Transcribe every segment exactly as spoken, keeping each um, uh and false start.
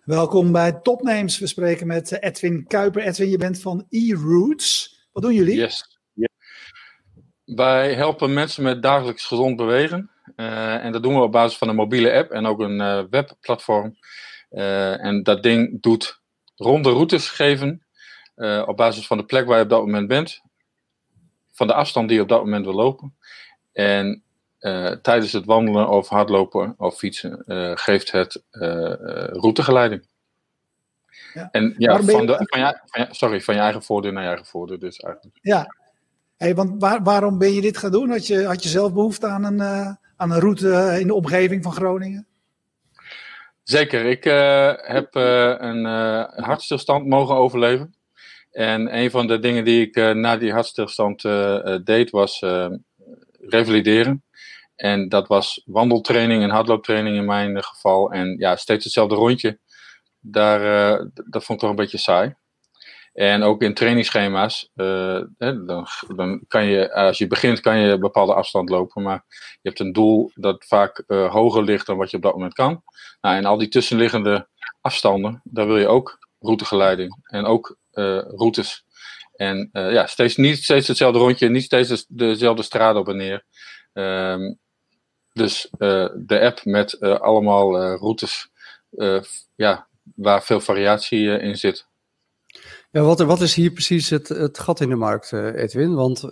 Welkom bij Topnames. We spreken met Edwin Kuiper. Edwin, je bent van e-Roots. Wat doen jullie? Yes. Yeah. Wij helpen mensen met dagelijks gezond bewegen. Uh, en dat doen we op basis van een mobiele app en ook een uh, webplatform. Uh, en dat ding doet ronde routes geven uh, op basis van de plek waar je op dat moment bent. Van de afstand die je op dat moment wil lopen. En uh, tijdens het wandelen of hardlopen of fietsen uh, geeft het uh, uh, routegeleiding. Ja. En ja, van, de, van, je, van, je, sorry, van je eigen voordeur naar je eigen voordeur dus eigenlijk. Ja, hey, want waar, waarom ben je dit gaan doen? Had je, had je zelf behoefte aan een, uh, aan een route in de omgeving van Groningen? Zeker, ik uh, heb uh, een uh, hartstilstand mogen overleven. En een van de dingen die ik uh, na die hartstilstand uh, uh, deed was uh, revalideren. En dat was wandeltraining en hardlooptraining in mijn geval. En ja, steeds hetzelfde rondje. Daar, uh, dat vond ik toch een beetje saai. En ook in trainingsschema's, uh, dan, dan kan je, als je begint kan je een bepaalde afstand lopen. Maar je hebt een doel dat vaak uh, hoger ligt dan wat je op dat moment kan. Nou, en al die tussenliggende afstanden, daar wil je ook routegeleiding. En ook uh, routes. En uh, ja, steeds, niet steeds hetzelfde rondje, niet steeds dezelfde straat op en neer. Um, dus uh, de app met uh, allemaal uh, routes uh, ja, waar veel variatie uh, in zit. Ja, wat, wat is hier precies het, het gat in de markt, uh, Edwin? Want uh,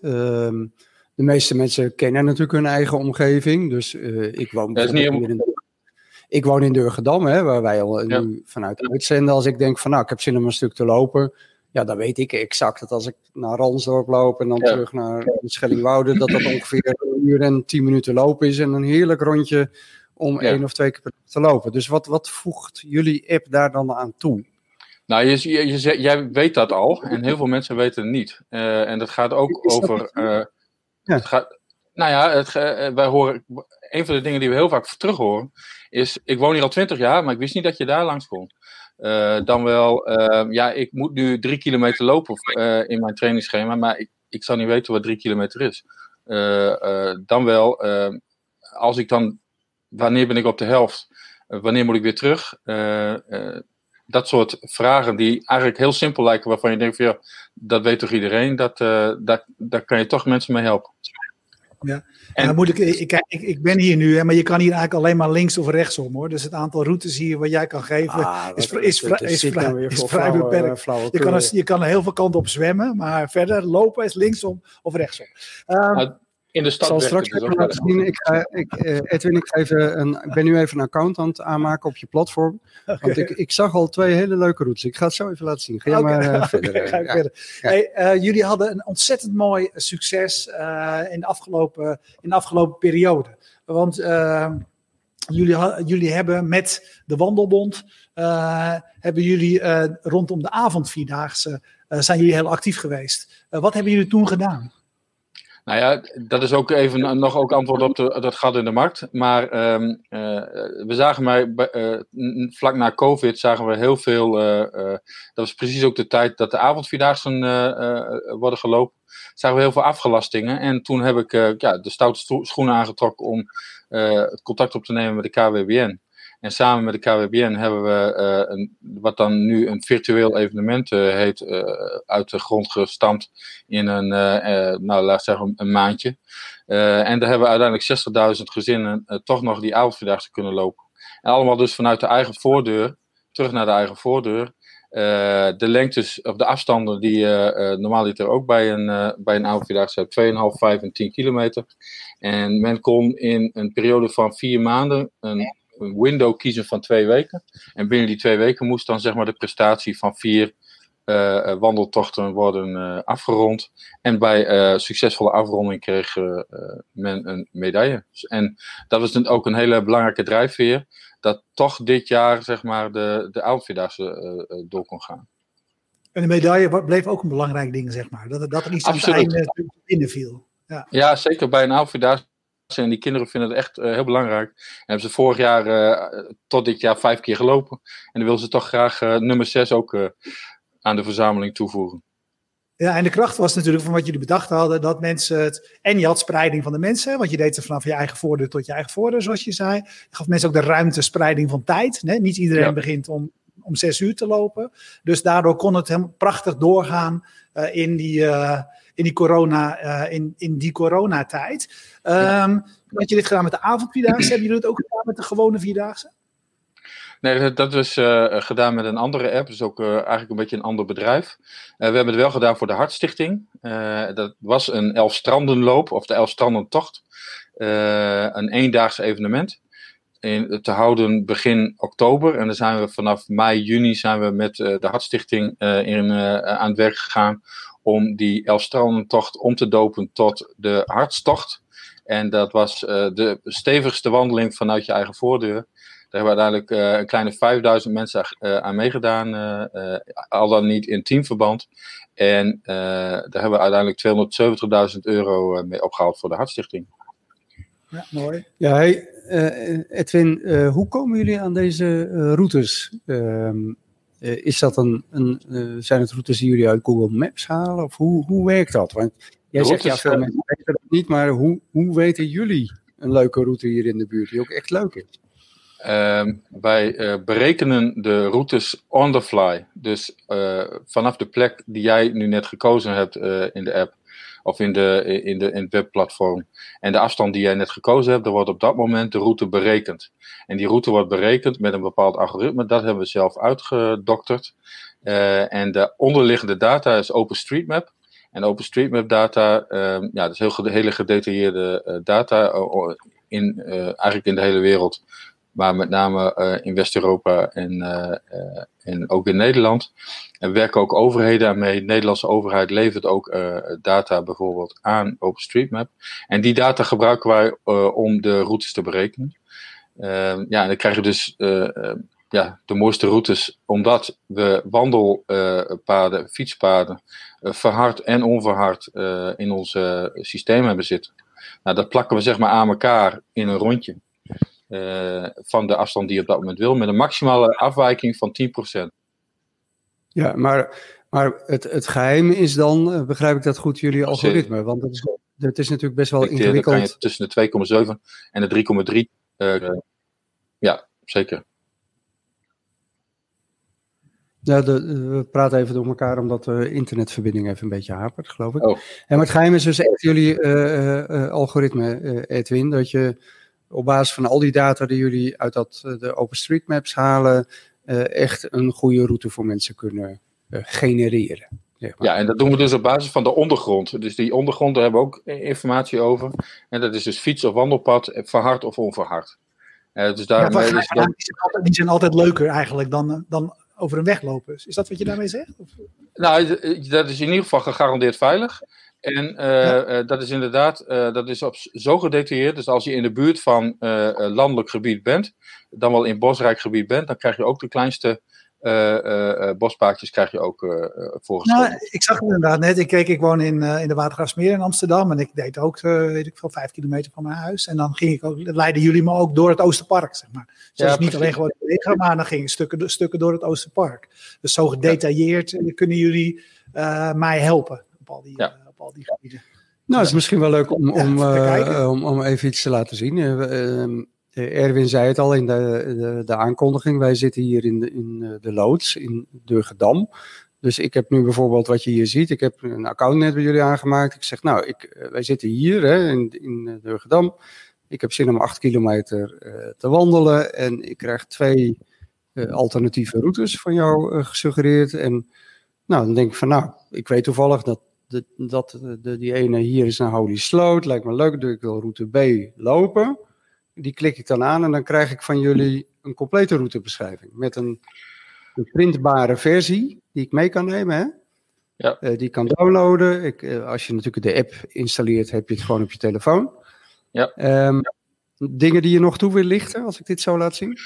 de meeste mensen kennen natuurlijk hun eigen omgeving. Dus uh, ik woon ja, bijvoorbeeld hier in, ik woon in Durgedam, hè, waar wij al ja. nu vanuit uitzenden. Als ik denk van nou, ik heb zin om een stuk te lopen. Ja, dan weet ik exact dat als ik naar Ransdorp loop en dan ja. terug naar Schellingwoude, dat dat ongeveer een uur en tien minuten lopen is. En een heerlijk rondje om ja. één of twee keer per dag te lopen. Dus wat, wat voegt jullie app daar dan aan toe? Nou, je, je, je, jij weet dat al en heel veel mensen weten het niet. Uh, en dat gaat ook over... Uh, ja. het gaat, nou ja, het, uh, wij horen, een van de dingen die we heel vaak terug horen is, ik woon hier al twintig jaar, maar ik wist niet dat je daar langs kon. Uh, dan wel, uh, ja, ik moet nu drie kilometer lopen uh, in mijn trainingsschema, maar ik, ik zou niet weten wat drie kilometer is. Uh, uh, dan wel, uh, als ik dan, wanneer ben ik op de helft? Uh, wanneer moet ik weer terug? Uh, uh, dat soort vragen die eigenlijk heel simpel lijken, waarvan je denkt van ja, dat weet toch iedereen, dat, uh, dat, daar kan je toch mensen mee helpen. Ja, en, ja, moet ik, ik, ik, ik ben hier nu, hè, maar je kan hier eigenlijk alleen maar links of rechtsom hoor. Dus het aantal routes hier wat jij kan geven ah, is, is, is, is, is vrij, is vrij beperkt. Je kan, er, je kan er heel veel kanten op zwemmen, maar verder lopen is linksom of rechtsom. Um, nou, in de stad ik zal straks even laten zien. Ik, ga, ik, uh, Edwin, ik, ga even een, ik ben nu even een account aan het aanmaken op je platform. Okay. Want ik, ik zag al twee hele leuke routes. Ik ga het zo even laten zien. Ga jij okay. maar uh, verder. Okay, ga ik ja. verder. Ja. Hey, uh, jullie hadden een ontzettend mooi succes uh, in, de afgelopen, in de afgelopen periode. Want uh, jullie, ha- jullie hebben met de Wandelbond, uh, hebben jullie uh, rondom de avondvierdaagse, uh, zijn jullie heel actief geweest. Uh, wat hebben jullie toen gedaan? Nou ja, dat is ook even nog ook antwoord op de, dat gat in de markt. Maar um, uh, we zagen mij, uh, vlak na COVID zagen we heel veel, uh, uh, dat was precies ook de tijd dat de avondvierdaagsen uh, uh, worden gelopen. Zagen we heel veel afgelastingen. En toen heb ik uh, ja, de stoute schoenen aangetrokken om uh, het contact op te nemen met de K W B N. En samen met de K W B N hebben we uh, een, wat dan nu een virtueel evenement uh, heet, uh, uit de grond gestampt in een, uh, uh, nou laat ik zeggen, een maandje. Uh, en daar hebben we uiteindelijk zestigduizend gezinnen uh, toch nog die avondvierdaagse kunnen lopen. En allemaal dus vanuit de eigen voordeur, terug naar de eigen voordeur. Uh, de lengtes, of de afstanden die uh, uh, normaal er ook bij een, uh, bij een avondvierdaagse hebben, twee komma vijf, vijf en tien kilometer. En men kon in een periode van vier maanden een een window kiezen van twee weken. En binnen die twee weken moest dan zeg maar de prestatie van vier uh, wandeltochten worden uh, afgerond. En bij uh, succesvolle afronding kreeg uh, men een medaille. En dat was dan ook een hele belangrijke drijfveer. Dat toch dit jaar zeg maar de, de avondvierdaagse uh, door kon gaan. En de medaille bleef ook een belangrijk ding, zeg maar. Dat, dat er iets aan het einde binnen viel. Ja. ja, zeker bij een avondvierdaagse. En die kinderen vinden het echt uh, heel belangrijk. En hebben ze vorig jaar uh, tot dit jaar vijf keer gelopen. En dan willen ze toch graag uh, nummer zes ook uh, aan de verzameling toevoegen. Ja, en de kracht was natuurlijk van wat jullie bedacht hadden, dat mensen het... En je had spreiding van de mensen, want je deed het vanaf je eigen voordeur tot je eigen voordeur, zoals je zei. Je gaf mensen ook de ruimte, spreiding van tijd. Hè? Niet iedereen ja. begint om om zes uur te lopen. Dus daardoor kon het hem prachtig doorgaan uh, in die, uh, in die corona, uh, in, in die coronatijd. Um, had je dit gedaan met de avondvierdaagse? Hebben jullie het ook gedaan met de gewone vierdaagse? Nee, dat is uh, gedaan met een andere app. Dus ook uh, eigenlijk een beetje een ander bedrijf. Uh, we hebben het wel gedaan voor de Hartstichting. Uh, dat was een Elfstrandenloop, of de Elfstrandentocht. Uh, een eendaagse evenement. In, te houden begin oktober. En dan zijn we vanaf mei, juni zijn we met uh, de Hartstichting uh, in, uh, aan het werk gegaan. Om die Elfstrandentocht om te dopen tot de Hartstocht. En dat was uh, de stevigste wandeling vanuit je eigen voordeur. Daar hebben we uiteindelijk uh, een kleine vijfduizend mensen uh, aan meegedaan. Uh, uh, al dan niet in teamverband. En uh, daar hebben we uiteindelijk tweehonderdzeventigduizend euro uh, mee opgehaald voor de Hartstichting. Ja, mooi. Ja, hey, uh, Edwin, uh, hoe komen jullie aan deze uh, routes? Uh, uh, is dat een, een, uh, zijn het routes die jullie uit Google Maps halen? Of hoe, hoe werkt dat? Want jij zegt, ja, veel mensen weten dat niet, maar hoe, hoe weten jullie een leuke route hier in de buurt die ook echt leuk is? Uh, wij uh, berekenen de routes on the fly. Dus uh, vanaf de plek die jij nu net gekozen hebt uh, in de app of in, de, in, de, in het webplatform en de afstand die jij net gekozen hebt, dan wordt op dat moment de route berekend. En die route wordt berekend met een bepaald algoritme, dat hebben we zelf uitgedokterd. Uh, en de onderliggende data is OpenStreetMap. En OpenStreetMap data, uh, ja, dat is heel, hele gedetailleerde uh, data uh, in, uh, eigenlijk in de hele wereld. Maar met name uh, in West-Europa en, uh, uh, en ook in Nederland. Er werken ook overheden aan mee. De Nederlandse overheid levert ook uh, data bijvoorbeeld aan OpenStreetMap. En die data gebruiken wij uh, om de routes te berekenen. Uh, ja, en dan krijg je dus uh, uh, ja, de mooiste routes. Omdat we wandelpaden, uh, fietspaden, uh, verhard en onverhard uh, in ons uh, systeem hebben zitten. Nou, dat plakken we zeg maar aan elkaar in een rondje. Uh, van de afstand die je op dat moment wil, met een maximale afwijking van tien procent. Ja, maar, maar het, het geheim is dan, begrijp ik dat goed, jullie algoritme? Want dat is, dat is natuurlijk best wel ingewikkeld. Dan kan je tussen de twee komma zeven en de drie komma drie. Uh, uh, ja, zeker. Ja, de, we praten even door elkaar omdat de internetverbinding even een beetje hapert, geloof ik. Oh. En maar het geheim is dus echt jullie uh, uh, algoritme, uh, Edwin, dat je op basis van al die data die jullie uit dat, de OpenStreetMaps halen, uh, echt een goede route voor mensen kunnen uh, genereren. Zeg maar. Ja, en dat doen we dus op basis van de ondergrond. Dus die ondergrond, daar hebben we ook informatie over. En dat is dus fiets- of wandelpad, verhard of onverhard. Uh, dus daar, ja, maar, is dan... dan... die, zijn altijd, die zijn altijd leuker eigenlijk dan, dan over een weg lopen. Is dat wat je daarmee zegt? Of? Nou, dat is in ieder geval gegarandeerd veilig. En uh, ja. uh, dat is inderdaad, uh, dat is op, zo gedetailleerd. Dus als je in de buurt van uh, landelijk gebied bent, dan wel in bosrijk gebied bent, dan krijg je ook de kleinste uh, uh, bospaadjes krijg je ook uh, voorgeschreven. Nou, ik zag het inderdaad net. Ik keek, ik woon in, uh, in de Watergraafsmeer in Amsterdam en ik deed ook, uh, weet ik veel, vijf kilometer van mijn huis. En dan ging ik ook, leidden jullie me ook door het Oosterpark, zeg maar. Dus ja, niet precies. Alleen gewoon liggen, maar dan ging ik stukken, stukken door het Oosterpark. Dus zo gedetailleerd ja. kunnen jullie uh, mij helpen op al die. Ja. Uh, al die gebieden. Nou, het is misschien wel leuk om, om, ja, uh, om, om even iets te laten zien. Uh, uh, Erwin zei het al in de, de, de aankondiging. Wij zitten hier in de, in de loods in Durgedam. Dus ik heb nu bijvoorbeeld wat je hier ziet. Ik heb een account net bij jullie aangemaakt. Ik zeg, nou, ik, wij zitten hier hè, in, in Durgedam. Ik heb zin om acht kilometer uh, te wandelen. En ik krijg twee uh, alternatieve routes van jou uh, gesuggereerd. En nou, dan denk ik van, nou, ik weet toevallig dat De, dat, de, die ene hier is naar Holy Sloot, lijkt me leuk, dus ik wil route B lopen. Die klik ik dan aan en dan krijg ik van jullie een complete routebeschrijving. Met een, een printbare versie die ik mee kan nemen. Hè? Ja. Uh, die ik kan downloaden. Ik, uh, als je natuurlijk de app installeert, heb je het gewoon op je telefoon. Ja. Um, dingen die je nog toe wil lichten, als ik dit zo laat zien?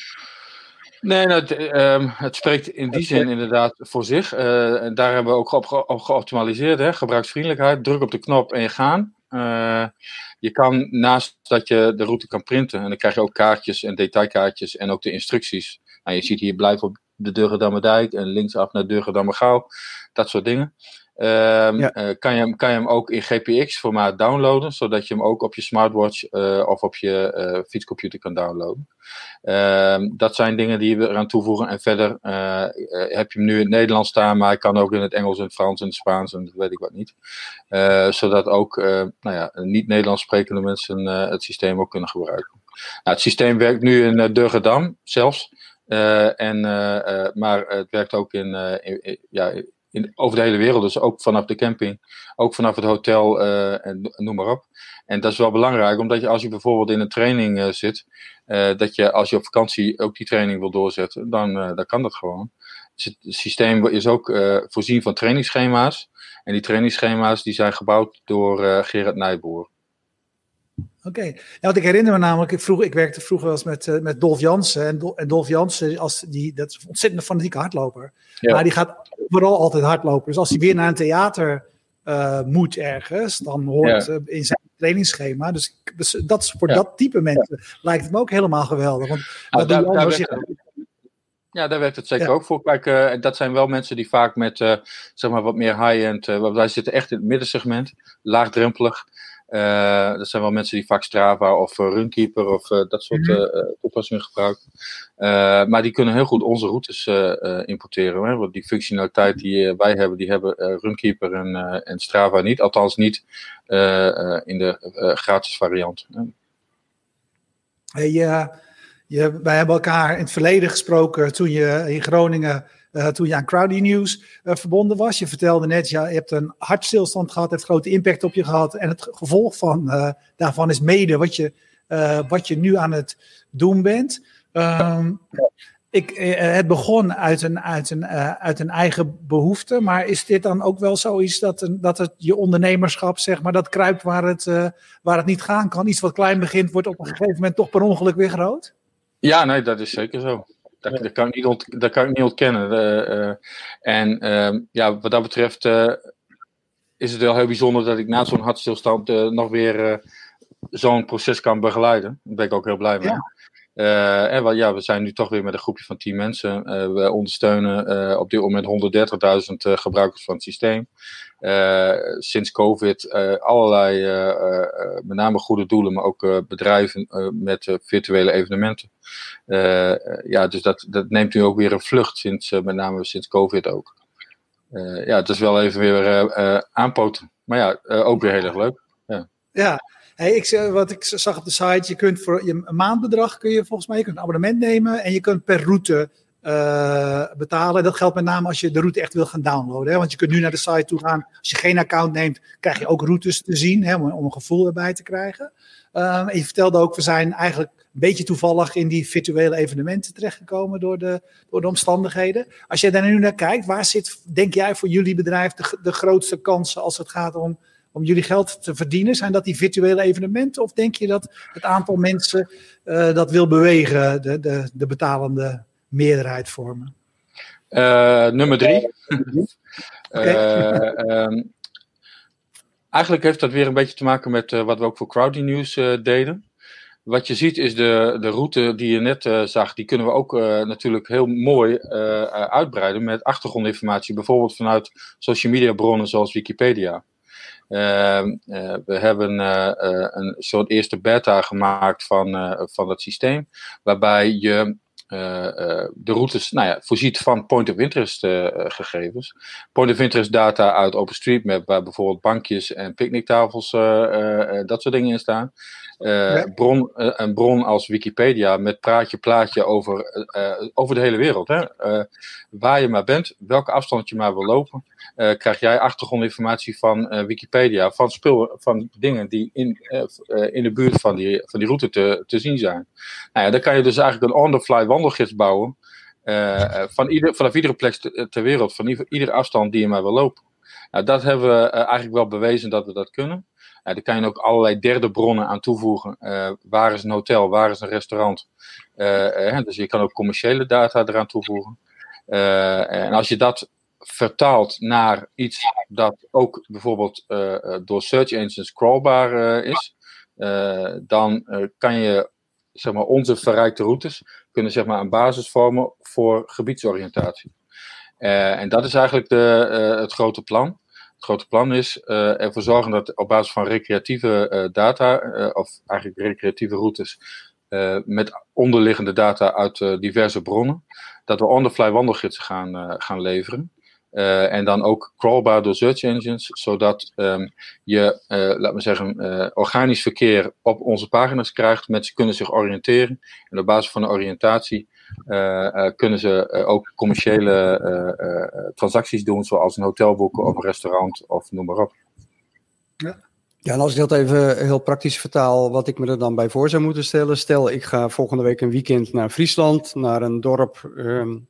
Nee, nou, het, um, het spreekt in die zin inderdaad voor zich. Uh, en daar hebben we ook op, ge- op geoptimaliseerd. Hè? Gebruiksvriendelijkheid, druk op de knop en je gaan. Uh, je kan naast dat je de route kan printen. En dan krijg je ook kaartjes en detailkaartjes en ook de instructies. Nou, je ziet hier blijf op de Durgedammerdijk en linksaf naar Durgedammergouw. Dat soort dingen. Um, Ja. uh, kan, je hem, kan je hem ook in G P X formaat downloaden, zodat je hem ook op je smartwatch uh, of op je uh, fietscomputer kan downloaden. Um, dat zijn dingen die we eraan toevoegen. En verder uh, uh, heb je hem nu in het Nederlands staan, maar hij kan ook in het Engels, in het Frans, in het Spaans en dat weet ik wat niet. Uh, zodat ook uh, nou ja, niet-Nederlands sprekende mensen uh, het systeem ook kunnen gebruiken. Nou, het systeem werkt nu in uh, Durgedam zelfs. Uh, en, uh, uh, maar het werkt ook in, uh, in, in, ja, in, over de hele wereld. Dus ook vanaf de camping, ook vanaf het hotel uh, en noem maar op. En dat is wel belangrijk, omdat je als je bijvoorbeeld in een training uh, zit, uh, dat je als je op vakantie ook die training wil doorzetten, dan, uh, dan kan dat gewoon. Dus het systeem is ook uh, voorzien van trainingsschema's. En die trainingsschema's die zijn gebouwd door uh, Gerard Nijboer. Oké, okay. Ja, want ik herinner me namelijk, ik, vroeg, ik werkte vroeger wel eens met, uh, met Dolf Jansen. En, Dol, en Dolf Jansen, als die, dat is een ontzettend fanatieke hardloper. Ja. Maar die gaat vooral altijd hardlopen. Dus als hij weer naar een theater uh, moet ergens, dan hoort ja. uh, in zijn trainingsschema. Dus, dus dat is voor ja. dat type mensen ja. lijkt het me ook helemaal geweldig. Want nou, daar, daar werkt, je... Ja, daar werkt het zeker ja. ook voor. Kijk, uh, dat zijn wel mensen die vaak met uh, zeg maar wat meer high-end, uh, wij zitten echt in het middensegment, laagdrempelig. Uh, dat zijn wel mensen die vaak Strava of uh, Runkeeper of uh, dat soort uh, toepassingen gebruiken. Uh, maar die kunnen heel goed onze routes uh, uh, importeren. Hè? Want die functionaliteit die uh, wij hebben, die hebben uh, Runkeeper en, uh, en Strava niet. Althans niet uh, uh, in de uh, gratis variant. Hè? Hey, uh, je, wij hebben elkaar in het verleden gesproken toen je in Groningen... Uh, toen je aan Crowdy News uh, verbonden was. Je vertelde net, ja, je hebt een hartstilstand gehad, heeft grote impact op je gehad. En het gevolg van, uh, daarvan is mede wat je, uh, wat je nu aan het doen bent. Um, ik, uh, het begon uit een, uit, een, uh, uit een eigen behoefte. Maar is dit dan ook wel zoiets dat, een, dat het je ondernemerschap, zeg maar, dat kruipt waar het, uh, waar het niet gaan kan? Iets wat klein begint, wordt op een gegeven moment toch per ongeluk weer groot? Ja, nee, dat is zeker zo. Dat, dat, kan ik niet ont, dat kan ik niet ontkennen. Uh, uh, en uh, ja, wat dat betreft uh, is het wel heel bijzonder dat ik na zo'n hartstilstand uh, nog weer uh, zo'n proces kan begeleiden. Daar ben ik ook heel blij mee. Ja. Uh, en wel, ja, we zijn nu toch weer met een groepje van tien mensen. Uh, we ondersteunen uh, op dit moment honderddertigduizend uh, gebruikers van het systeem. Uh, sinds COVID uh, allerlei, uh, uh, met name goede doelen, maar ook uh, bedrijven uh, met uh, virtuele evenementen. Uh, uh, ja, dus dat, dat neemt nu ook weer een vlucht, sinds, uh, met name sinds COVID ook. Uh, ja, het is wel even weer uh, uh, aanpoten. Maar ja, uh, ook weer heel erg leuk. Ja. Ja. Hey, ik, wat ik zag op de site, je kunt voor je een maandbedrag kun je volgens mij je kunt een abonnement nemen en je kunt per route uh, betalen. Dat geldt met name als je de route echt wil gaan downloaden. Hè? Want je kunt nu naar de site toe gaan. Als je geen account neemt, krijg je ook routes te zien, hè, om, om een gevoel erbij te krijgen. Uh, en je vertelde ook, we zijn eigenlijk een beetje toevallig in die virtuele evenementen terechtgekomen door de, door de omstandigheden. Als jij daar nu naar kijkt, waar zit, denk jij, voor jullie bedrijf de, de grootste kansen als het gaat om om jullie geld te verdienen? Zijn dat die virtuele evenementen? Of denk je dat het aantal mensen uh, dat wil bewegen, de, de, de betalende meerderheid vormen? Uh, nummer drie. Okay. uh, um, eigenlijk heeft dat weer een beetje te maken met uh, wat we ook voor Crowdy News uh, deden. Wat je ziet is de, de route die je net uh, zag, die kunnen we ook uh, natuurlijk heel mooi uh, uitbreiden met achtergrondinformatie. Bijvoorbeeld vanuit social media bronnen zoals Wikipedia. Uh, uh, we hebben uh, uh, een soort eerste beta gemaakt van, uh, van het systeem, waarbij je uh, uh, de routes nou ja, voorziet van point of interest uh, gegevens. Point of interest data uit OpenStreetMap, waar bijvoorbeeld bankjes en picknicktafels, uh, uh, dat soort dingen in staan. Uh, ja. bron, uh, een bron als Wikipedia met praatje, plaatje over, uh, over de hele wereld. Hè? Uh, waar je maar bent, welke afstand je maar wil lopen, uh, krijg jij achtergrondinformatie van uh, Wikipedia, van, spul, van dingen die in, uh, uh, in de buurt van die, van die route te, te zien zijn. Nou ja, dan kan je dus eigenlijk een on-the-fly wandelgids bouwen, uh, van ieder, vanaf iedere plek ter, ter wereld, van ieder, iedere afstand die je maar wil lopen. Nou, dat hebben we uh, eigenlijk wel bewezen dat we dat kunnen. Uh, daar kan je ook allerlei derde bronnen aan toevoegen. Uh, waar is een hotel, waar is een restaurant? Uh, uh, dus je kan ook commerciële data eraan toevoegen. Uh, en als je dat vertaalt naar iets dat ook bijvoorbeeld uh, door search engines crawlbaar uh, is, uh, dan uh, kan je zeg maar, onze verrijkte routes kunnen zeg maar, een basis vormen voor gebiedsoriëntatie. Uh, en dat is eigenlijk de, uh, het grote plan. grote plan is uh, ervoor zorgen dat op basis van recreatieve uh, data, uh, of eigenlijk recreatieve routes, uh, met onderliggende data uit uh, diverse bronnen, dat we on-the-fly wandelgidsen gaan, uh, gaan leveren. Uh, en dan ook crawlbaar door search engines, zodat um, je, uh, laten we zeggen, uh, organisch verkeer op onze pagina's krijgt. Mensen kunnen zich oriënteren. En op basis van de oriëntatie uh, uh, kunnen ze uh, ook commerciële uh, uh, transacties doen, zoals een hotel boeken of een restaurant of noem maar op. Ja. Ja, en als ik dat even heel praktisch vertaal, wat ik me er dan bij voor zou moeten stellen. Stel, ik ga volgende week een weekend naar Friesland, naar een dorp... Um,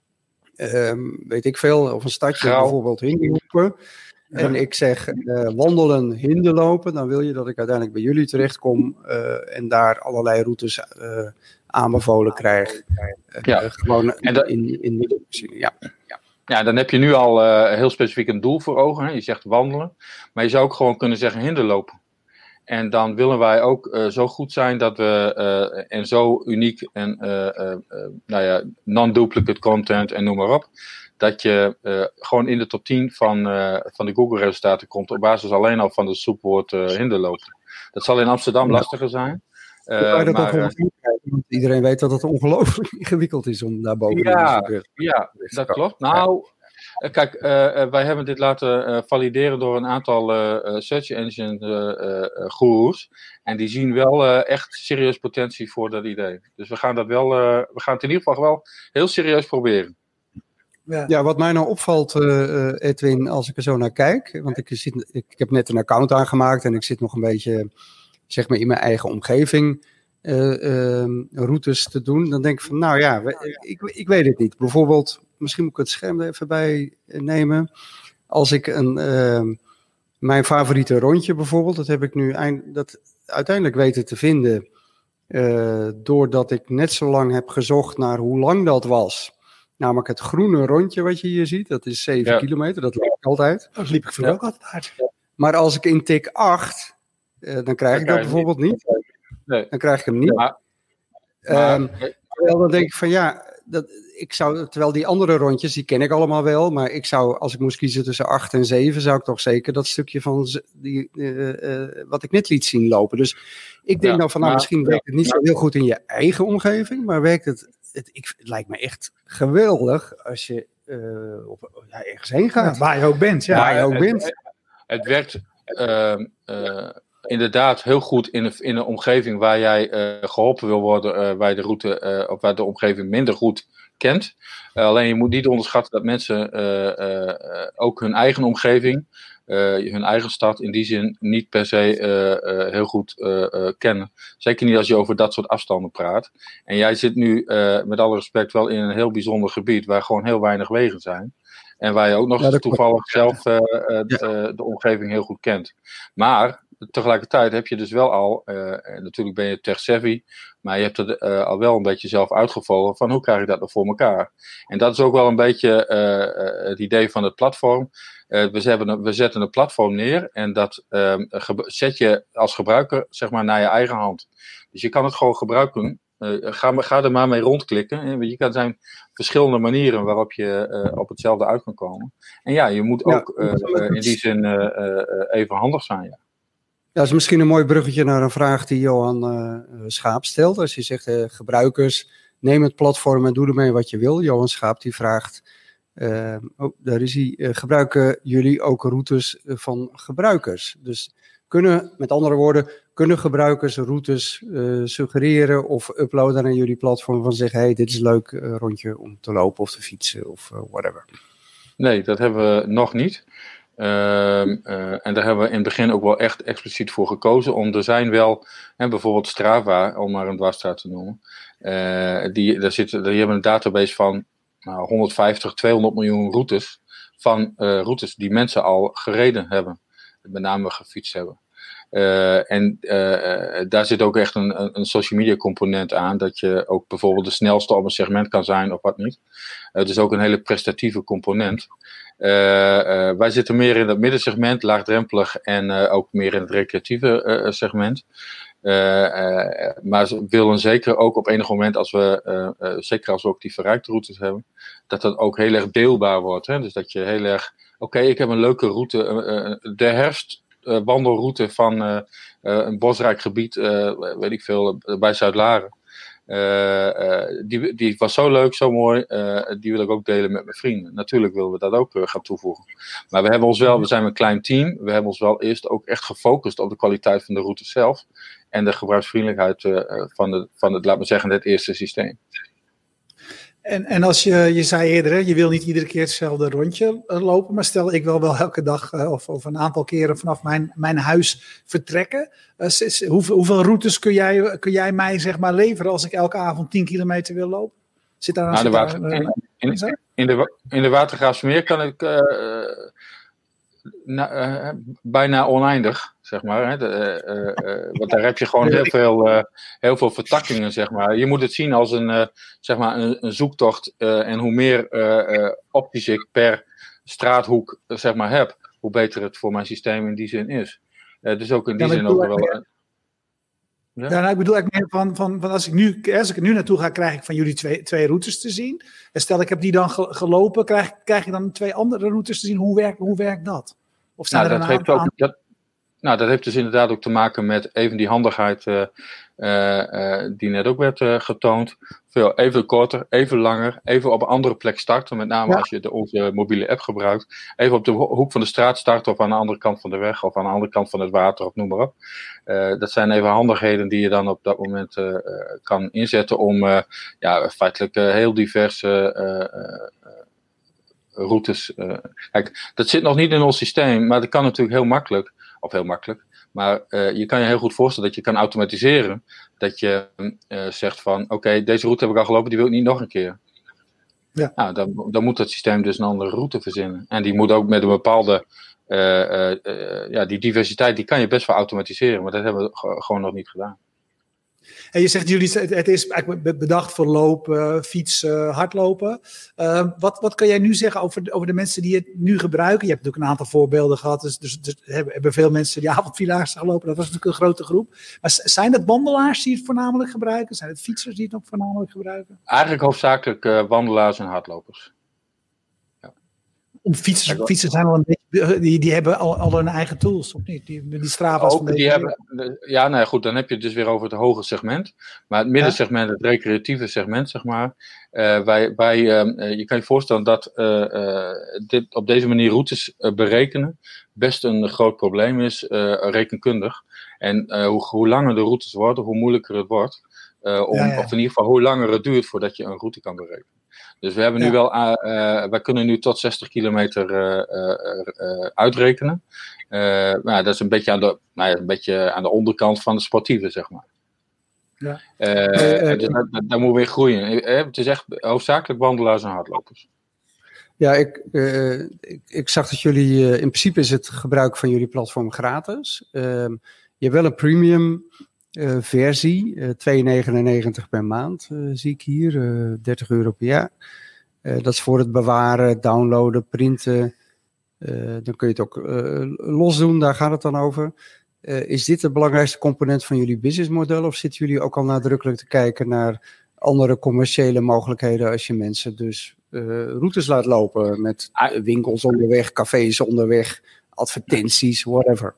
Um, weet ik veel, of een stadje Grauw. bijvoorbeeld Hinderlopen. Ja. En ik zeg uh, wandelen, hinderlopen, dan wil je dat ik uiteindelijk bij jullie terechtkom uh, en daar allerlei routes uh, aanbevolen krijg. Uh, ja. Uh, gewoon en dat, in, in de ja. Ja. Ja, dan heb je nu al uh, heel specifiek een doel voor ogen. Hè? Je zegt wandelen, maar je zou ook gewoon kunnen zeggen hinderlopen. En dan willen wij ook uh, zo goed zijn dat we, uh, en zo uniek en uh, uh, uh, nou ja, non-duplicate content en noem maar op, dat je uh, gewoon in de top tien van, uh, van de Google resultaten komt op basis alleen al van het zoekwoord uh, hinderlopen. Dat zal in Amsterdam ja. lastiger zijn. Uh, Hoe kan je dat maar, uh, want iedereen weet dat het ongelooflijk ingewikkeld is om daar boven ja, te zoeken. Ja, dat klopt. Nou... Kijk, uh, wij hebben dit laten uh, valideren door een aantal uh, search engine uh, uh, goeroes. En die zien wel uh, echt serieus potentie voor dat idee. Dus we gaan dat wel, uh, we gaan het in ieder geval wel heel serieus proberen. Ja, ja wat mij nou opvalt, uh, Edwin, als ik er zo naar kijk. Want ik, zit, ik heb net een account aangemaakt en ik zit nog een beetje, zeg maar, in mijn eigen omgeving uh, uh, routes te doen. Dan denk ik van, nou ja, ik, ik weet het niet. Bijvoorbeeld... Misschien moet ik het scherm er even bij nemen. Als ik een, uh, mijn favoriete rondje bijvoorbeeld, dat heb ik nu eind, dat uiteindelijk weten te vinden. Uh, doordat ik net zo lang heb gezocht naar hoe lang dat was. Namelijk het groene rondje wat je hier ziet, dat is zeven ja. kilometer, dat liep ik altijd. Dat liep ik vroeger ja. ook altijd. Maar als ik in tik acht, uh, dan krijg ik dat bijvoorbeeld niet. niet. Nee. Dan krijg ik hem niet. Ja. Maar, um, terwijl dan denk ik van ja... Dat, ik zou, terwijl die andere rondjes, die ken ik allemaal wel, maar ik zou, als ik moest kiezen tussen acht en zeven, zou ik toch zeker dat stukje van die, uh, uh, wat ik net liet zien lopen. Dus ik denk ja, dan van, nou, maar, misschien ja, werkt het niet ja. zo heel goed in je eigen omgeving, maar werkt het, het, ik, het lijkt me echt geweldig als je uh, op, ja, ergens heen gaat. Ja, waar je ook bent. Ja, waar je ook het, bent. Het, het werkt uh, uh, inderdaad heel goed in een, in een omgeving waar jij uh, geholpen wil worden, uh, waar je de route, uh, of waar de omgeving minder goed kent. Uh, alleen je moet niet onderschatten dat mensen uh, uh, ook hun eigen omgeving, uh, hun eigen stad in die zin niet per se uh, uh, heel goed uh, uh, kennen. Zeker niet als je over dat soort afstanden praat. En jij zit nu uh, met alle respect wel in een heel bijzonder gebied waar gewoon heel weinig wegen zijn. En waar je ook nog ja, toevallig zelf uh, uh, ja. de, de omgeving heel goed kent. Maar tegelijkertijd heb je dus wel al, uh, natuurlijk ben je tech-savvy, maar je hebt het uh, al wel een beetje zelf uitgevallen van hoe krijg ik dat nou voor elkaar. En dat is ook wel een beetje uh, uh, het idee van het platform. Uh, we, hebben een, we zetten een platform neer en dat uh, ge- zet je als gebruiker zeg maar naar je eigen hand. Dus je kan het gewoon gebruiken. Uh, ga, ga er maar mee rondklikken. Je kan, er zijn verschillende manieren waarop je uh, op hetzelfde uit kan komen. En ja, je moet ook ja, uh, in die zin uh, uh, even handig zijn. Ja. Ja, dat is misschien een mooi bruggetje naar een vraag die Johan uh, Schaap stelt. Als je zegt, uh, gebruikers, neem het platform en doe ermee wat je wil. Johan Schaap die vraagt, uh, oh, daar is hij, uh, gebruiken jullie ook routes van gebruikers? Dus kunnen, met andere woorden, kunnen gebruikers routes uh, suggereren of uploaden naar jullie platform van zeggen, hey, dit is een leuk uh, rondje om te lopen of te fietsen of uh, whatever? Nee, dat hebben we nog niet. Uh, uh, en daar hebben we in het begin ook wel echt expliciet voor gekozen. Om er zijn wel, hè, bijvoorbeeld Strava, om maar een dwarsstraat te noemen. Uh, die, daar zit, die hebben een database van nou, honderdvijftig, tweehonderd miljoen routes. Van uh, routes die mensen al gereden hebben. Met name gefietst hebben. Uh, en uh, daar zit ook echt een, een social media component aan. Dat je ook bijvoorbeeld de snelste op een segment kan zijn of wat niet. Het uh, is ook een hele prestatieve component. Uh, uh, wij zitten meer in het middensegment, laagdrempelig en uh, ook meer in het recreatieve uh, segment. Uh, uh, maar we willen zeker ook op enig moment, als we, uh, uh, zeker als we ook die verrijkte routes hebben, dat dat ook heel erg deelbaar wordt. Hè? Dus dat je heel erg okay, ik heb een leuke route. Uh, de herfstwandelroute uh, van uh, uh, een bosrijk gebied, uh, weet ik veel, uh, bij Zuid-Laren. Uh, uh, die, die was zo leuk, zo mooi. Uh, die wil ik ook delen met mijn vrienden. Natuurlijk willen we dat ook uh, gaan toevoegen. Maar we hebben ons wel, we zijn een klein team. We hebben ons wel eerst ook echt gefocust op de kwaliteit van de route zelf. En de gebruiksvriendelijkheid uh, van, de, van het, laat maar zeggen, het eerste systeem. En, en als je, je zei eerder, hè, je wil niet iedere keer hetzelfde rondje uh, lopen. Maar stel, ik wil wel elke dag uh, of, of een aantal keren vanaf mijn, mijn huis vertrekken. Uh, s, s, hoeveel, hoeveel routes kun jij, kun jij mij zeg maar leveren als ik elke avond tien kilometer wil lopen? Zit daar een nou, de water, daar, uh, in, in, in, de, in de Watergraafsmeer kan ik uh, na, uh, bijna oneindig, zeg maar. Hè. De, uh, uh, want daar heb je gewoon heel veel, uh, heel veel vertakkingen, zeg maar. Je moet het zien als een, uh, zeg maar een, een zoektocht. Uh, en hoe meer uh, uh, opties ik per straathoek uh, zeg maar, heb, hoe beter het voor mijn systeem in die zin is. Uh, dus ook in die ja, zin ook wel... Uh, Ja, ja nou, ik bedoel eigenlijk meer van, van, van als, ik nu, als ik er nu naartoe ga, krijg ik van jullie twee, twee routes te zien. En stel ik heb die dan ge, gelopen, krijg, krijg je dan twee andere routes te zien. Hoe werkt, hoe werkt dat? Of nou, dat, heeft ook, dat, nou, dat heeft dus inderdaad ook te maken met even die handigheid uh, uh, uh, die net ook werd uh, getoond. Veel, even korter, even langer, even op een andere plek starten. Met name ja. als je de, onze mobiele app gebruikt. Even op de hoek van de straat starten of aan de andere kant van de weg. Of aan de andere kant van het water of noem maar op. Uh, dat zijn even handigheden die je dan op dat moment uh, uh, kan inzetten om uh, ja, feitelijk uh, heel diverse uh, uh, routes. Uh, kijk, dat zit nog niet in ons systeem, maar dat kan natuurlijk heel makkelijk. Of heel makkelijk. Maar uh, je kan je heel goed voorstellen dat je kan automatiseren. Dat je uh, zegt van, oké, okay, deze route heb ik al gelopen, die wil ik niet nog een keer. Ja. Nou, dan, dan moet het systeem dus een andere route verzinnen. En die moet ook met een bepaalde... Uh, uh, uh, ja, die diversiteit, die kan je best wel automatiseren. Maar dat hebben we g- gewoon nog niet gedaan. En je zegt, jullie, het is eigenlijk bedacht voor lopen, fietsen, hardlopen. Uh, wat, wat kan jij nu zeggen over, over de mensen die het nu gebruiken? Je hebt natuurlijk een aantal voorbeelden gehad. Dus, dus, dus hebben, hebben veel mensen die avondvierdaagse gelopen. Dat was natuurlijk een grote groep. Maar zijn het wandelaars die het voornamelijk gebruiken? Zijn het fietsers die het ook voornamelijk gebruiken? Eigenlijk hoofdzakelijk uh, wandelaars en hardlopers. Om fietsers, fietsers zijn al een beetje, die, die hebben al, al hun eigen tools, of niet? Die, die Strava's ook, van die hebben, ja, nou ja, goed, dan heb je het dus weer over het hoge segment. Maar het middensegment, het recreatieve segment, zeg maar. Uh, wij, wij, uh, je kan je voorstellen dat uh, uh, dit, op deze manier routes uh, berekenen best een groot probleem is, uh, rekenkundig. En uh, hoe, hoe langer de routes worden, hoe moeilijker het wordt. Uh, om, ja, ja. Of in ieder geval hoe langer het duurt voordat je een route kan berekenen. Dus we hebben nu ja. wel, uh, uh, wij kunnen nu tot zestig kilometer uh, uh, uh, uitrekenen. Uh, nou, dat is een beetje, aan de, nou ja, een beetje aan de onderkant van de sportieve, zeg maar. Ja. Uh, uh, uh, dus dat, dat, dat moet weer groeien. Uh, het is echt hoofdzakelijk wandelaars en hardlopers. Ja, ik, uh, ik, ik zag dat jullie, uh, in principe is het gebruik van jullie platform gratis. Uh, je hebt wel een premium Uh, versie, uh, twee negenennegentig per maand, uh, zie ik hier, uh, dertig euro per jaar. Uh, dat is voor het bewaren, downloaden, printen. Uh, dan kun je het ook uh, los doen, daar gaat het dan over. Uh, is dit de belangrijkste component van jullie businessmodel? Of zitten jullie ook al nadrukkelijk te kijken naar andere commerciële mogelijkheden als je mensen dus uh, routes laat lopen met uh, winkels onderweg, cafés onderweg, advertenties, whatever?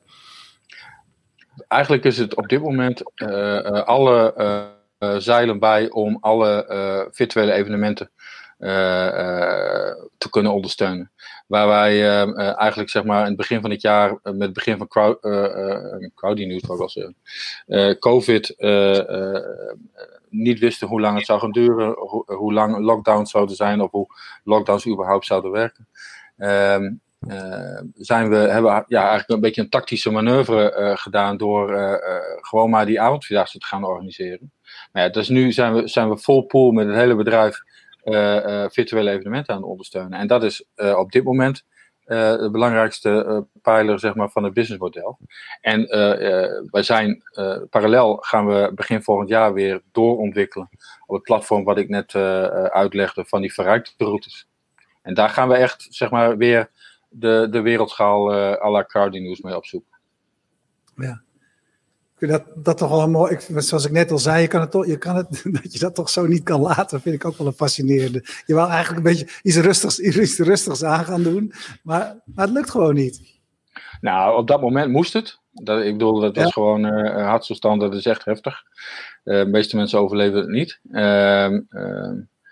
Eigenlijk is het op dit moment uh, uh, alle uh, uh, zeilen bij om alle uh, virtuele evenementen uh, uh, te kunnen ondersteunen. Waar wij uh, uh, eigenlijk zeg maar in het begin van het jaar, uh, met het begin van crowd, uh, uh, crowdy news, wou ik wel zeggen, uh, COVID, uh, uh, niet wisten hoe lang het zou gaan duren, ho- hoe lang lockdowns zouden zijn of hoe lockdowns überhaupt zouden werken. Um, Uh, zijn we, hebben we ja, eigenlijk een beetje een tactische manoeuvre uh, gedaan door uh, uh, gewoon maar die avondvierdaagse te gaan organiseren. Maar ja, dus nu zijn we, zijn we vol pool met het hele bedrijf uh, uh, virtuele evenementen aan het ondersteunen. En dat is uh, op dit moment uh, de belangrijkste uh, pijler zeg maar, van het businessmodel. En uh, uh, wij zijn uh, parallel gaan we begin volgend jaar weer doorontwikkelen op het platform wat ik net uh, uh, uitlegde van die verrijkte routes. En daar gaan we echt zeg maar weer de, de wereldschaal uh, à la crowdy news mee op zoek. Ja. Ik vind dat, dat toch wel mooi. Ik, zoals ik net al zei, je kan het toch, je kan het, dat je dat toch zo niet kan laten, vind ik ook wel een fascinerende. Je wil eigenlijk een beetje iets rustigs, iets rustigs aan gaan doen, maar, maar het lukt gewoon niet. Nou, op dat moment moest het. Dat, ik bedoel, dat was ja. gewoon uh, hartstilstand, dat is echt heftig. Uh, de meeste mensen overleven het niet. Uh, uh,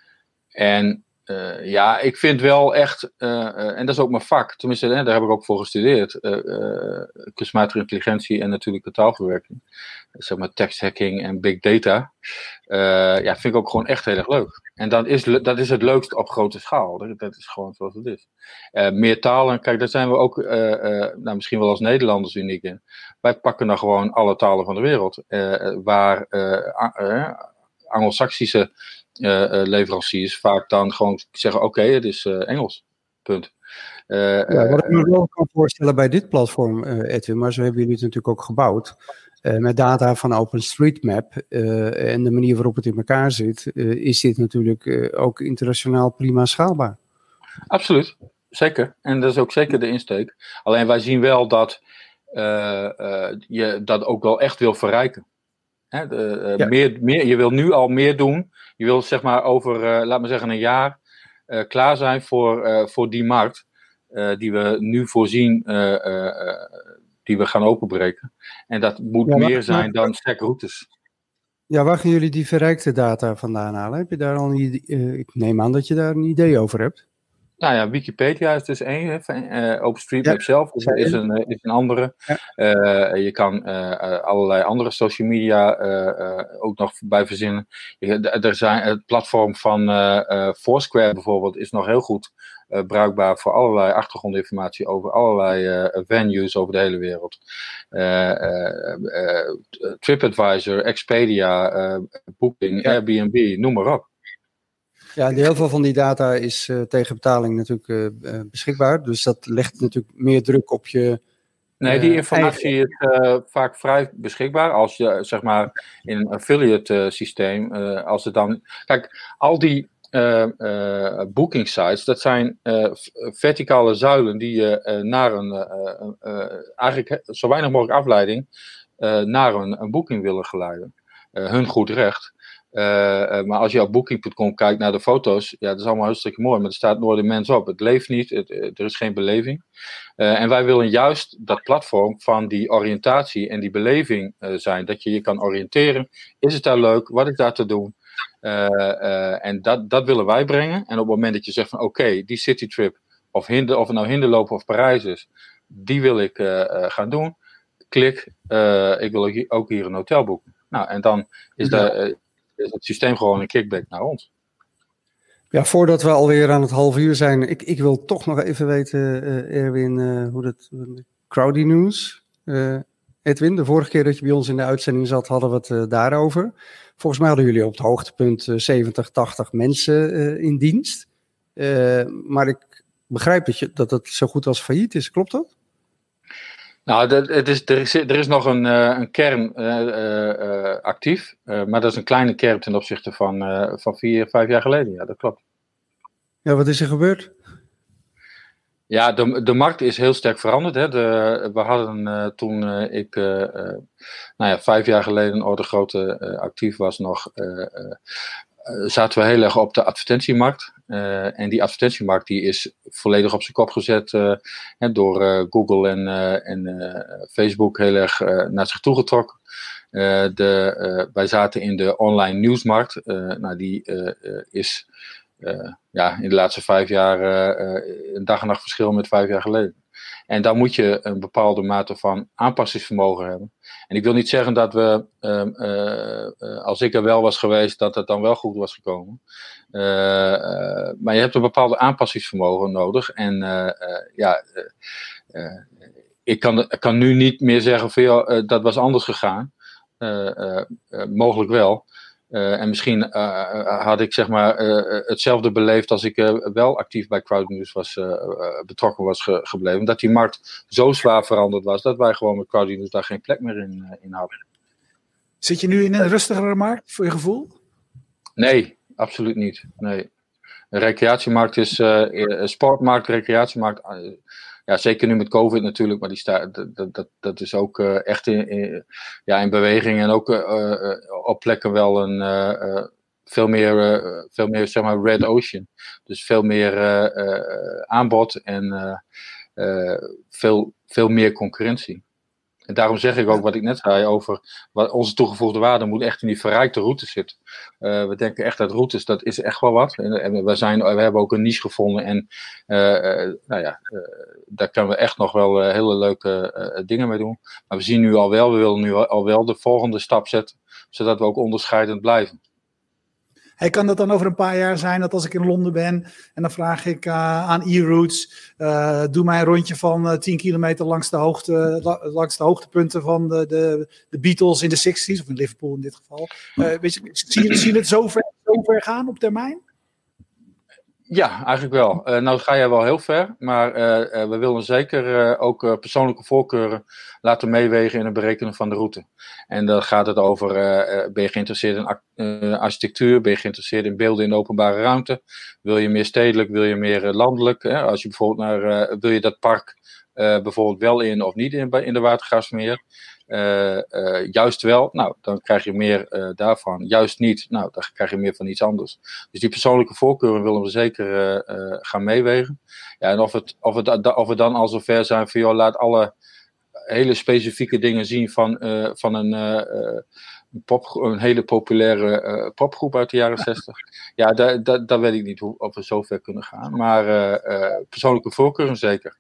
en uh, ja, ik vind wel echt, uh, uh, en dat is ook mijn vak, tenminste, hè, daar heb ik ook voor gestudeerd, uh, uh, kunstmatige intelligentie en natuurlijke taalverwerking. Zeg maar teksthacking en big data. Uh, ja, vind ik ook gewoon echt heel erg leuk. En dat is, dat is het leukste op grote schaal. Dat, dat is gewoon zoals het is. Uh, meer talen, kijk, daar zijn we ook, uh, uh, nou, misschien wel als Nederlanders uniek in. Wij pakken dan gewoon alle talen van de wereld. Uh, waar uh, uh, Anglo-Saxische uh, uh, leveranciers vaak dan gewoon zeggen, oké, okay, het is uh, Engels. Punt. Uh, ja, wat ik me wel kan voorstellen bij dit platform, uh, Edwin, maar zo hebben jullie het natuurlijk ook gebouwd. Uh, met data van OpenStreetMap uh, en de manier waarop het in elkaar zit, uh, is dit natuurlijk uh, ook internationaal prima schaalbaar. Absoluut, zeker. En dat is ook zeker de insteek. Alleen wij zien wel dat uh, uh, je dat ook wel echt wil verrijken. Hè, de, uh, ja. meer, meer, je wil nu al meer doen. Je wil zeg maar over, uh, laat maar zeggen, een jaar uh, klaar zijn voor, uh, voor die markt. Uh, die we nu voorzien, uh, uh, uh, die we gaan openbreken. En dat moet ja, meer zijn dan stackroutes. Ja, waar gaan jullie die verrijkte data vandaan halen? Heb je daar al een idee? Uh, ik neem aan dat je daar een idee over hebt. Nou ja, Wikipedia is dus één. Uh, OpenStreetMap ja, zelf is, is, een, is een andere. Ja. Uh, je kan uh, allerlei andere social media uh, uh, ook nog bij verzinnen. Je, er zijn, het platform van uh, uh, Foursquare bijvoorbeeld is nog heel goed uh, bruikbaar voor allerlei achtergrondinformatie over allerlei uh, venues over de hele wereld. Uh, uh, uh, TripAdvisor, Expedia, uh, Booking, ja. Airbnb, noem maar op. Ja, heel veel van die data is uh, tegen betaling natuurlijk uh, uh, beschikbaar. Dus dat legt natuurlijk meer druk op je. Uh, nee, die informatie eigen... is uh, vaak vrij beschikbaar. Als je zeg maar in een affiliate uh, systeem, uh, als het dan. Kijk, al die uh, uh, booking sites, dat zijn uh, verticale zuilen die je uh, naar een uh, uh, eigenlijk zo weinig mogelijk afleiding uh, naar een, een boeking willen geleiden. Uh, hun goed recht. Uh, uh, maar als je op booking punt com kijkt naar de foto's, ja, dat is allemaal hartstikke mooi, maar er staat nooit een mens op. Het leeft niet, het, er is geen beleving. Uh, en wij willen juist dat platform van die oriëntatie en die beleving uh, zijn. Dat je je kan oriënteren. Is het daar leuk? Wat is daar te doen? Uh, uh, en dat, dat willen wij brengen. En op het moment dat je zegt van oké, okay, die citytrip, of, hinder, of het nou Hinderlopen of Parijs is, die wil ik uh, uh, gaan doen. Klik, uh, ik wil ook hier een hotel boeken. Nou, en dan is ja. daar... Uh, is het systeem gewoon een kickback naar ons. Ja, voordat we alweer aan het half uur zijn, ik, ik wil toch nog even weten, uh, Erwin, uh, hoe dat uh, Crowdy News. Uh, Edwin, de vorige keer dat je bij ons in de uitzending zat, hadden we het uh, daarover. Volgens mij hadden jullie op het hoogtepunt uh, zeventig, tachtig mensen uh, in dienst. Uh, maar ik begrijp dat, je, dat het zo goed als failliet is, klopt dat? Nou, dat, het is, er, is, er is nog een, uh, een kern uh, uh, actief, uh, maar dat is een kleine kern ten opzichte van, uh, van vier, vijf jaar geleden. Ja, dat klopt. Ja, wat is er gebeurd? Ja, de, de markt is heel sterk veranderd. Hè. De, we hadden uh, toen uh, ik uh, uh, nou ja, vijf jaar geleden orde grootte uh, actief was nog, uh, uh, zaten we heel erg op de advertentiemarkt. Uh, en die advertentiemarkt die is volledig op zijn kop gezet uh, hè, door uh, Google en, uh, en uh, Facebook heel erg uh, naar zich toegetrokken. Uh, de, uh, wij zaten in de online nieuwsmarkt. Uh, nou, die uh, uh, is uh, ja, in de laatste vijf jaar uh, uh, een dag en nacht verschil met vijf jaar geleden. En daar moet je een bepaalde mate van aanpassingsvermogen hebben. En ik wil niet zeggen dat we, uh, uh, uh, als ik er wel was geweest, dat het dan wel goed was gekomen. Uh, uh, maar je hebt een bepaalde aanpassingsvermogen nodig. En uh, uh, ja, uh, uh, ik kan, kan nu niet meer zeggen van ja, uh, dat was anders gegaan. Uh, uh, uh, mogelijk wel. Uh, en misschien uh, had ik zeg maar uh, hetzelfde beleefd als ik uh, wel actief bij Crowdnews was uh, uh, betrokken was ge- gebleven. Dat die markt zo zwaar veranderd was dat wij gewoon met Crowdnews daar geen plek meer in, uh, in hadden. Zit je nu in een rustigere markt voor je gevoel? Nee, absoluut niet. Nee. De recreatiemarkt is uh, sportmarkt, recreatiemarkt. Uh, ja, zeker nu met COVID natuurlijk, maar die staat, dat, dat, dat is ook uh, echt in, in, ja, in beweging en ook uh, uh, op plekken wel een uh, uh, veel meer, uh, veel meer zeg maar red ocean. Dus veel meer uh, uh, aanbod en uh, uh, veel, veel meer concurrentie. En daarom zeg ik ook wat ik net zei over wat onze toegevoegde waarde moet echt in die verrijkte routes zitten. Uh, we denken echt dat routes, dat is echt wel wat. En, en we, zijn, we hebben ook een niche gevonden en uh, uh, nou ja, uh, daar kunnen we echt nog wel uh, hele leuke uh, dingen mee doen. Maar we zien nu al wel, we willen nu al wel de volgende stap zetten, zodat we ook onderscheidend blijven. Hey, kan dat dan over een paar jaar zijn dat als ik in Londen ben en dan vraag ik uh, aan e-routes, uh, doe mij een rondje van uh, tien kilometer langs de, hoogte, la, langs de hoogtepunten van de, de, de Beatles in de zestig's, of in Liverpool in dit geval. Uh, weet je, zie, je, zie je het zo ver, zo ver gaan op termijn? Ja, eigenlijk wel. Uh, nou ga jij wel heel ver, maar uh, uh, we willen zeker uh, ook uh, persoonlijke voorkeuren laten meewegen in het berekenen van de route. En dan gaat het over, uh, uh, ben je geïnteresseerd in uh, architectuur, ben je geïnteresseerd in beelden in de openbare ruimte, wil je meer stedelijk, wil je meer uh, landelijk, hè? Als je bijvoorbeeld naar, uh, wil je dat park uh, bijvoorbeeld wel in of niet in, in de Watergraafsmeer. Uh, uh, juist wel, nou, dan krijg je meer uh, daarvan. Juist niet, nou, dan krijg je meer van iets anders. Dus die persoonlijke voorkeuren willen we zeker uh, uh, gaan meewegen. Ja, en of, het, of, het, of we dan al zover zijn van, joh, laat alle hele specifieke dingen zien van, uh, van een, uh, uh, een, pop, een hele populaire uh, popgroep uit de jaren zestig. Ja, daar da, da weet ik niet hoe, of we zover kunnen gaan. Maar uh, uh, persoonlijke voorkeuren zeker.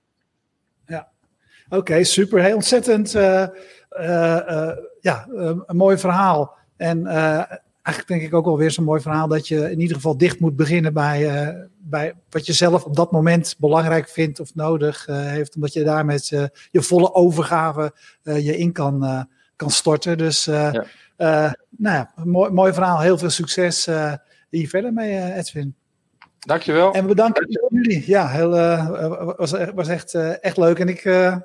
Ja, oké, okay, super. Hey, ontzettend... Uh... Uh, uh, ja, uh, een mooi verhaal. En uh, eigenlijk denk ik ook wel weer zo'n mooi verhaal dat je in ieder geval dicht moet beginnen bij, uh, bij wat je zelf op dat moment belangrijk vindt of nodig uh, heeft. Omdat je daar met uh, je volle overgave uh, je in kan, uh, kan storten. Dus uh, ja. uh, nou ja, mooi, mooi verhaal. Heel veel succes uh, hier verder mee, uh, Edwin. Dankjewel. En we bedanken jullie. Ja, heel, uh, was, was echt, uh, echt leuk. En ik... Uh,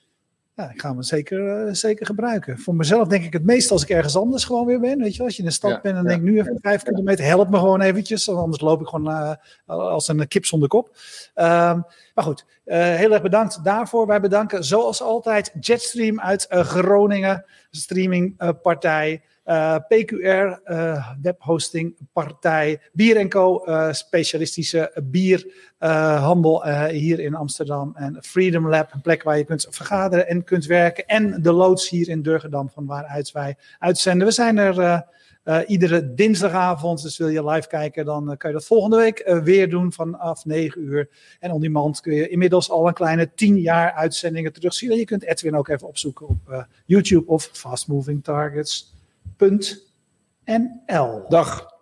Ja, ik ga hem zeker, uh, zeker gebruiken. Voor mezelf denk ik het meest als ik ergens anders gewoon weer ben. Weet je, als je in de stad ja, bent en ja, denk nu even vijf ja. kilometer, help me gewoon eventjes. Anders loop ik gewoon uh, als een kip zonder kop. Um, maar goed, uh, heel erg bedankt daarvoor. Wij bedanken zoals altijd Jetstream uit uh, Groningen, streamingpartij. Uh, P Q R, uh, webhostingpartij, Bier en Co, uh, specialistische bierhandel uh, uh, hier in Amsterdam. En Freedom Lab, een plek waar je kunt vergaderen en kunt werken. En de loods hier in Durgedam, van waaruit wij uitzenden. We zijn er uh, uh, iedere dinsdagavond, dus wil je live kijken, dan uh, kan je dat volgende week uh, weer doen vanaf negen uur. En on demand kun je inmiddels al een kleine tien jaar uitzendingen terugzien. En je kunt Edwin ook even opzoeken op uh, YouTube of Fast Moving Targets. Punt N L. Dag.